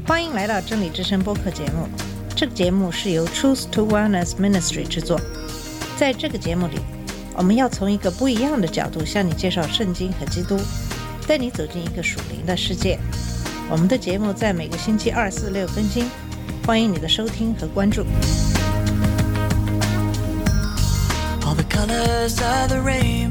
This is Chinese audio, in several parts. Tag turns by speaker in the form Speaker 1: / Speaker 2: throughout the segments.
Speaker 1: 欢迎来到真理之声播客节目。这个节目是由 Truth to Wellness Ministry 制作。在这个节目里，我们要从一个不一样的角度向你介绍圣经和基督，带你走进一个属灵的世界。我们的节目在每个星期2、4、6更新，欢迎你的收听和关注。All the colors of the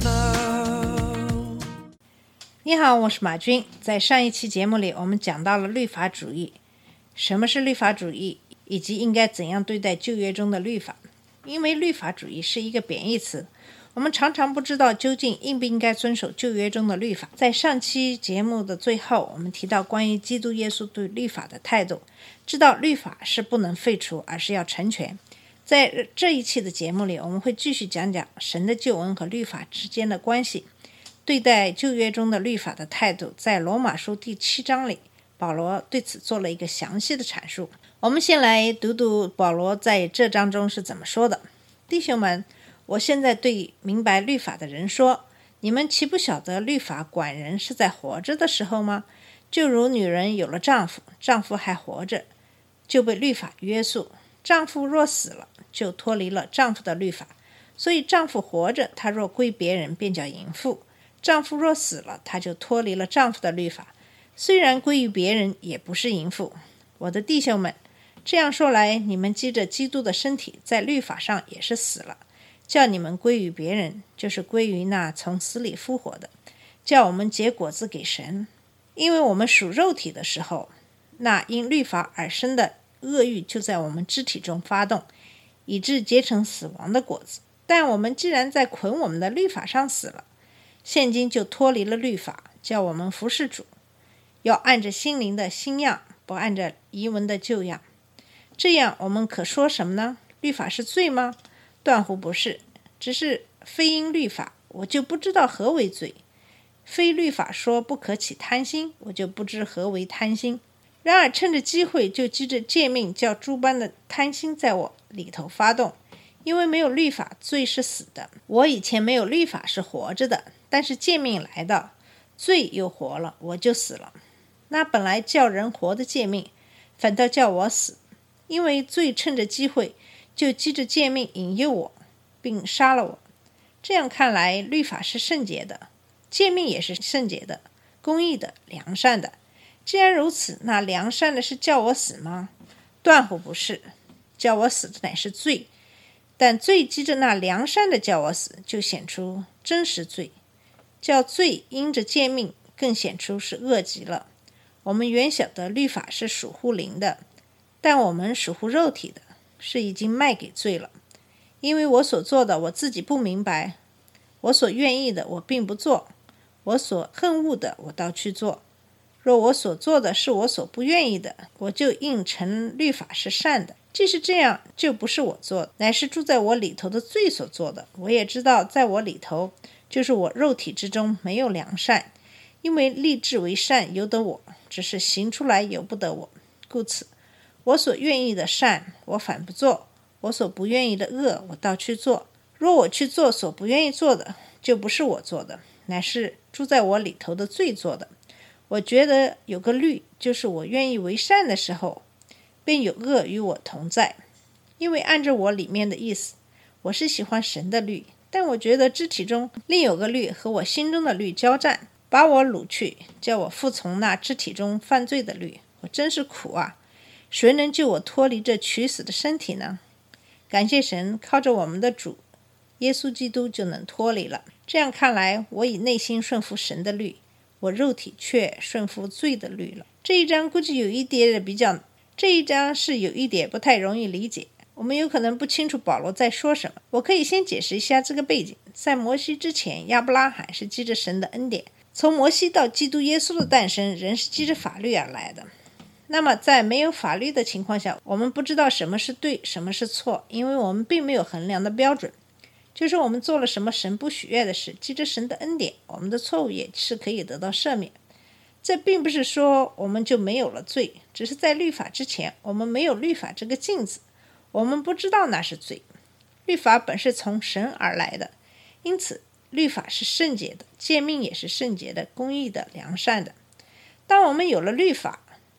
Speaker 1: rainbow。 你好，我是马军。在上一期节目里，我们讲到了律法主义，什么是律法主义，以及应该怎样对待旧约中的律法。因为律法主义是一个贬义词，我们常常不知道究竟应不应该遵守旧约中的律法。在上期节目的最后，我们提到关于基督耶稣对律法的态度，知道律法是不能废除，而是要成全。在这一期的节目里，我们会继续讲讲神的救恩和律法之间的关系，对待旧约中的律法的态度。在罗马书第7章里，保罗对此做了一个详细的阐述。我们先来读读保罗在这章中是怎么说的。弟兄们，我现在对明白律法的人说，你们岂不晓得律法管人是在活着的时候吗？就如女人有了丈夫，丈夫还活着，就被律法约束。丈夫若死了，就脱离了丈夫的律法。所以丈夫活着，他若归别人，便叫淫妇。丈夫若死了，他就脱离了丈夫的律法，虽然归于别人，也不是淫妇。我的弟兄们，这样说来，你们记着基督的身体在律法上也是死了，叫你们归于别人，就是归于那从死里复活的，叫我们结果子给神。因为我们属肉体的时候，那因律法而生的恶欲就在我们肢体中发动，以致结成死亡的果子。但我们既然在捆我们的律法上死了，现今就脱离了律法，叫我们服侍主，要按着心灵的新样，不按着遗文的旧样。这样我们可说什么呢？律法是罪吗？断乎不是，只是非因律法，我就不知道何为罪；非律法说不可起贪心，我就不知何为贪心。然而趁着机会，就记着诫命，叫诸般的贪心在我里头发动。因为没有律法，罪是死的。我以前没有律法是活着的，但是诫命来到，罪又活了，我就死了。那本来叫人活的诫命，反倒叫我死。因为罪趁着机会，就记着诫命引诱我，并杀了我。这样看来，律法是圣洁的，诫命也是圣洁的、公义的、良善的。既然如此，那良善的是叫我死吗？断乎不是，叫我死的乃是罪。但罪记着那良善的叫我死，就显出真实罪；叫罪因着诫命，更显出是恶极了。我们原晓得律法是属乎灵的，但我们属乎肉体的，是已经卖给罪了。因为我所做的，我自己不明白；我所愿意的，我并不做；我所恨恶的，我倒去做。若我所做的是我所不愿意的，我就应承律法是善的。既是这样，就不是我做的，乃是住在我里头的罪所做的。我也知道，在我里头，就是我肉体之中没有良善，因为立志为善由得我，只是行出来由不得我。故此，我所愿意的善，我反不做；我所不愿意的恶，我倒去做。若我去做所不愿意做的，就不是我做的，乃是住在我里头的罪做的。我觉得有个律，就是我愿意为善的时候，便有恶与我同在。因为按着我里面的意思，我是喜欢神的律，但我觉得肢体中另有个律和我心中的律交战，把我掳去，叫我服从那肢体中犯罪的律。我真是苦啊！谁能救我脱离这取死的身体呢？感谢神，靠着我们的主耶稣基督就能脱离了。这样看来，我以内心顺服神的律，我肉体却顺服罪的律了。这一章估计有一点这一章是有一点不太容易理解，我们有可能不清楚保罗在说什么。我可以先解释一下这个背景。在摩西之前，亚伯拉罕是记着神的恩典，从摩西到基督耶稣的诞生，人是记着法律而来的。那么在没有法律的情况下，我们不知道什么是对，什么是错，因为我们并没有衡量的标准。就是我们做了什么神不喜悦的事，记着神的恩典，我们的错误也是可以得到赦免。这并不是说我们就没有了罪，只是在律法之前，我们没有律法这个镜子，我们不知道那是罪。律法本是从神而来的，因此律法是圣洁的，诫命也是圣洁的、公义的、良善的。当我们有了律法，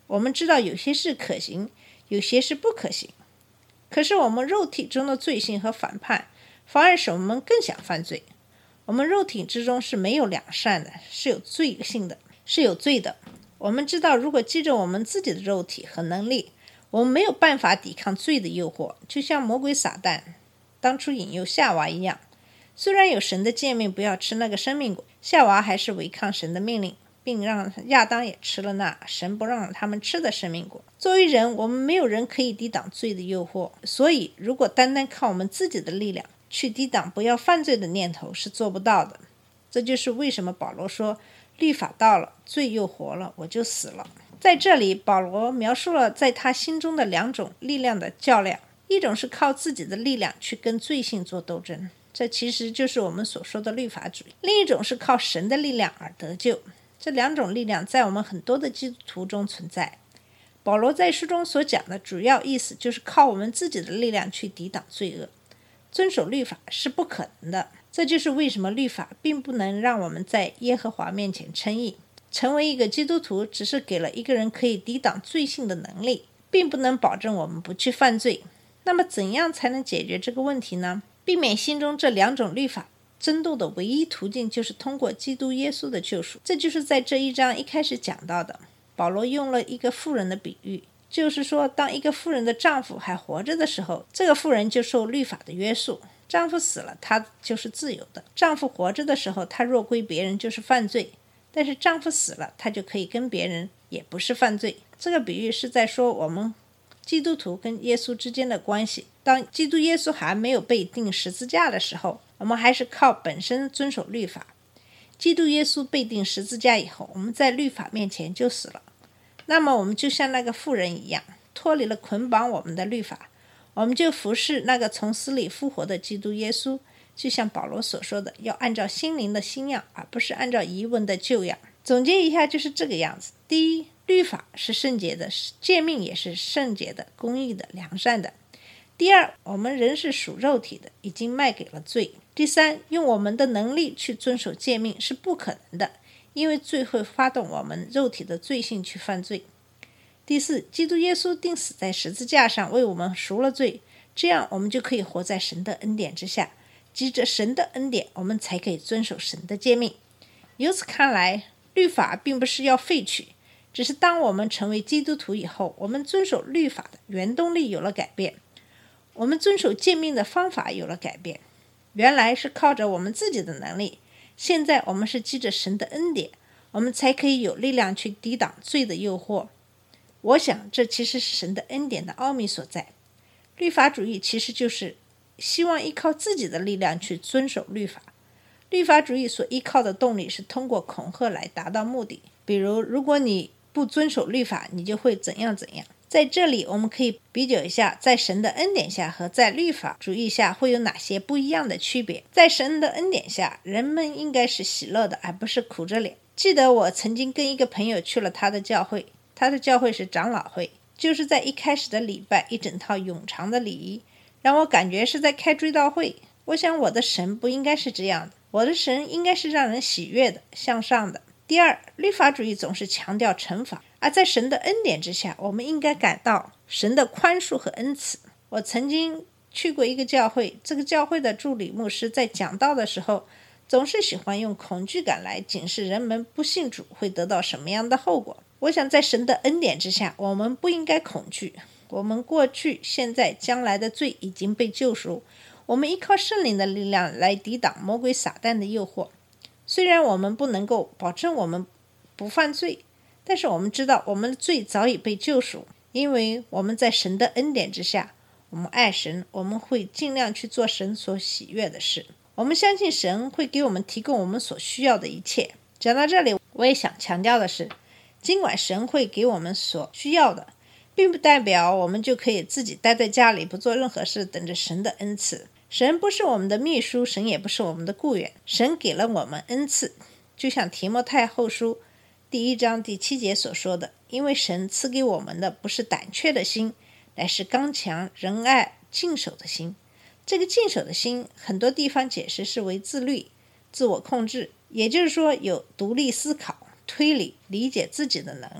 Speaker 1: 我们知道有些事可行，有些事不可行。可是我们肉体中的罪性和反叛，反而使我们更想犯罪。我们肉体之中是没有良善的，是有罪性的，是有罪的。我们知道，如果记着我们自己的肉体和能力，我们没有办法抵抗罪的诱惑，就像魔鬼撒旦当初引诱夏娃一样。虽然有神的诫命不要吃那个生命果，夏娃还是违抗神的命令，并让亚当也吃了那神不让他们吃的生命果。作为人，我们没有人可以抵挡罪的诱惑，所以如果单单靠我们自己的力量去抵挡不要犯罪的念头是做不到的。这就是为什么保罗说，律法到了，罪又活了，我就死了。在这里，保罗描述了在他心中的两种力量的较量，一种是靠自己的力量去跟罪性做斗争，这其实就是我们所说的律法主义；另一种是靠神的力量而得救。这两种力量在我们很多的基督徒中存在。保罗在书中所讲的主要意思就是靠我们自己的力量去抵挡罪恶，遵守律法是不可能的。这就是为什么律法并不能让我们在耶和华面前称义。成为一个基督徒只是给了一个人可以抵挡罪性的能力，并不能保证我们不去犯罪。那么怎样才能解决这个问题呢？避免心中这两种律法争斗的唯一途径就是通过基督耶稣的救赎。这就是在这一章一开始讲到的。保罗用了一个妇人的比喻，就是说当一个妇人的丈夫还活着的时候，这个妇人就受律法的约束，丈夫死了她就是自由的。丈夫活着的时候，她若归别人就是犯罪，但是丈夫死了，她就可以跟别人，也不是犯罪。这个比喻是在说我们基督徒跟耶稣之间的关系。当基督耶稣还没有被钉十字架的时候，我们还是靠本身遵守律法。基督耶稣被钉十字架以后，我们在律法面前就死了。那么我们就像那个妇人一样，脱离了捆绑我们的律法，我们就服侍那个从死里复活的基督耶稣。就像保罗所说的，要按照心灵的新样，而不是按照遗文的旧样。总结一下就是这个样子。第一，律法是圣洁的，诫命也是圣洁的、公义的、良善的。第二，我们人是属肉体的，已经卖给了罪。第三，用我们的能力去遵守诫命是不可能的，因为罪会发动我们肉体的罪性去犯罪。第四，基督耶稣钉死在十字架上，为我们赎了罪，这样我们就可以活在神的恩典之下。藉着神的恩典，我们才可以遵守神的诫命。由此看来，律法并不是要废去，只是当我们成为基督徒以后，我们遵守律法的原动力有了改变，我们遵守诫命的方法有了改变。原来是靠着我们自己的能力，现在我们是藉着神的恩典，我们才可以有力量去抵挡罪的诱惑。我想这其实是神的恩典的奥秘所在。律法主义其实就是希望依靠自己的力量去遵守律法。律法主义所依靠的动力是通过恐吓来达到目的，比如如果你不遵守律法，你就会怎样怎样。在这里我们可以比较一下，在神的恩典下和在律法主义下会有哪些不一样的区别。在神的恩典下，人们应该是喜乐的，而不是苦着脸。记得我曾经跟一个朋友去了他的教会，他的教会是长老会，就是在一开始的礼拜一整套冗长的礼仪，让我感觉是在开追悼会。我想我的神不应该是这样的，我的神应该是让人喜悦的、向上的。第二，律法主义总是强调惩罚，而在神的恩典之下，我们应该感到神的宽恕和恩慈。我曾经去过一个教会，这个教会的助理牧师在讲道的时候，总是喜欢用恐惧感来警示人们不信主会得到什么样的后果。我想在神的恩典之下，我们不应该恐惧。我们过去、现在、将来的罪已经被救赎，我们依靠圣灵的力量来抵挡魔鬼撒旦的诱惑。虽然我们不能够保证我们不犯罪，但是我们知道我们的罪早已被救赎，因为我们在神的恩典之下，我们爱神，我们会尽量去做神所喜悦的事。我们相信神会给我们提供我们所需要的一切。讲到这里，我也想强调的是，尽管神会给我们所需要的，并不代表我们就可以自己待在家里不做任何事，等着神的恩赐。神不是我们的秘书，神也不是我们的雇员，神给了我们恩赐，就像提摩太后书第1章第7节所说的，因为神赐给我们的不是胆怯的心，乃是刚强、仁爱、谨守的心。这个谨守的心，很多地方解释是为自律、自我控制，也就是说有独立思考、推理、理解自己的能力。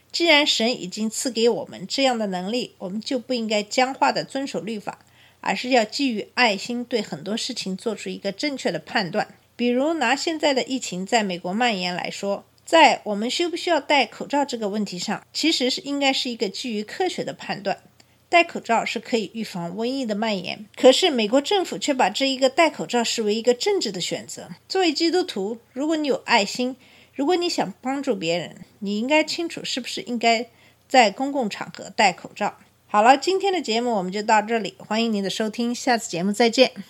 Speaker 1: 既然神已经赐给我们这样的能力，我们就不应该僵化地遵守律法，而是要基于爱心对很多事情做出一个正确的判断。比如拿现在的疫情在美国蔓延来说，在我们需不需要戴口罩这个问题上，其实应该是一个基于科学的判断。戴口罩是可以预防瘟疫的蔓延，可是美国政府却把这一个戴口罩视为一个政治的选择。作为基督徒，如果你有爱心，如果你想帮助别人，你应该清楚是不是应该在公共场合戴口罩。好了，今天的节目我们就到这里，欢迎您的收听，下次节目再见。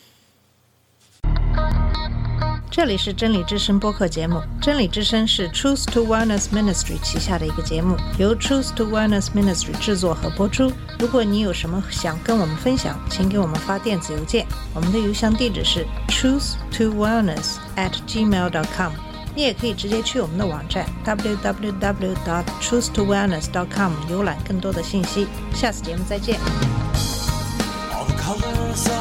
Speaker 1: 这里是真理之声播客节目，真理之声是 Truth to Wellness Ministry 旗下的一个节目，由 Truth to Wellness Ministry 制作和播出。如果你有什么想跟我们分享，请给我们发电子邮件，我们的邮箱地址是 truthtowellness@gmail.com。你也可以直接去我们的网站 www.truthtowellness.com 浏览更多的信息。下次节目再见。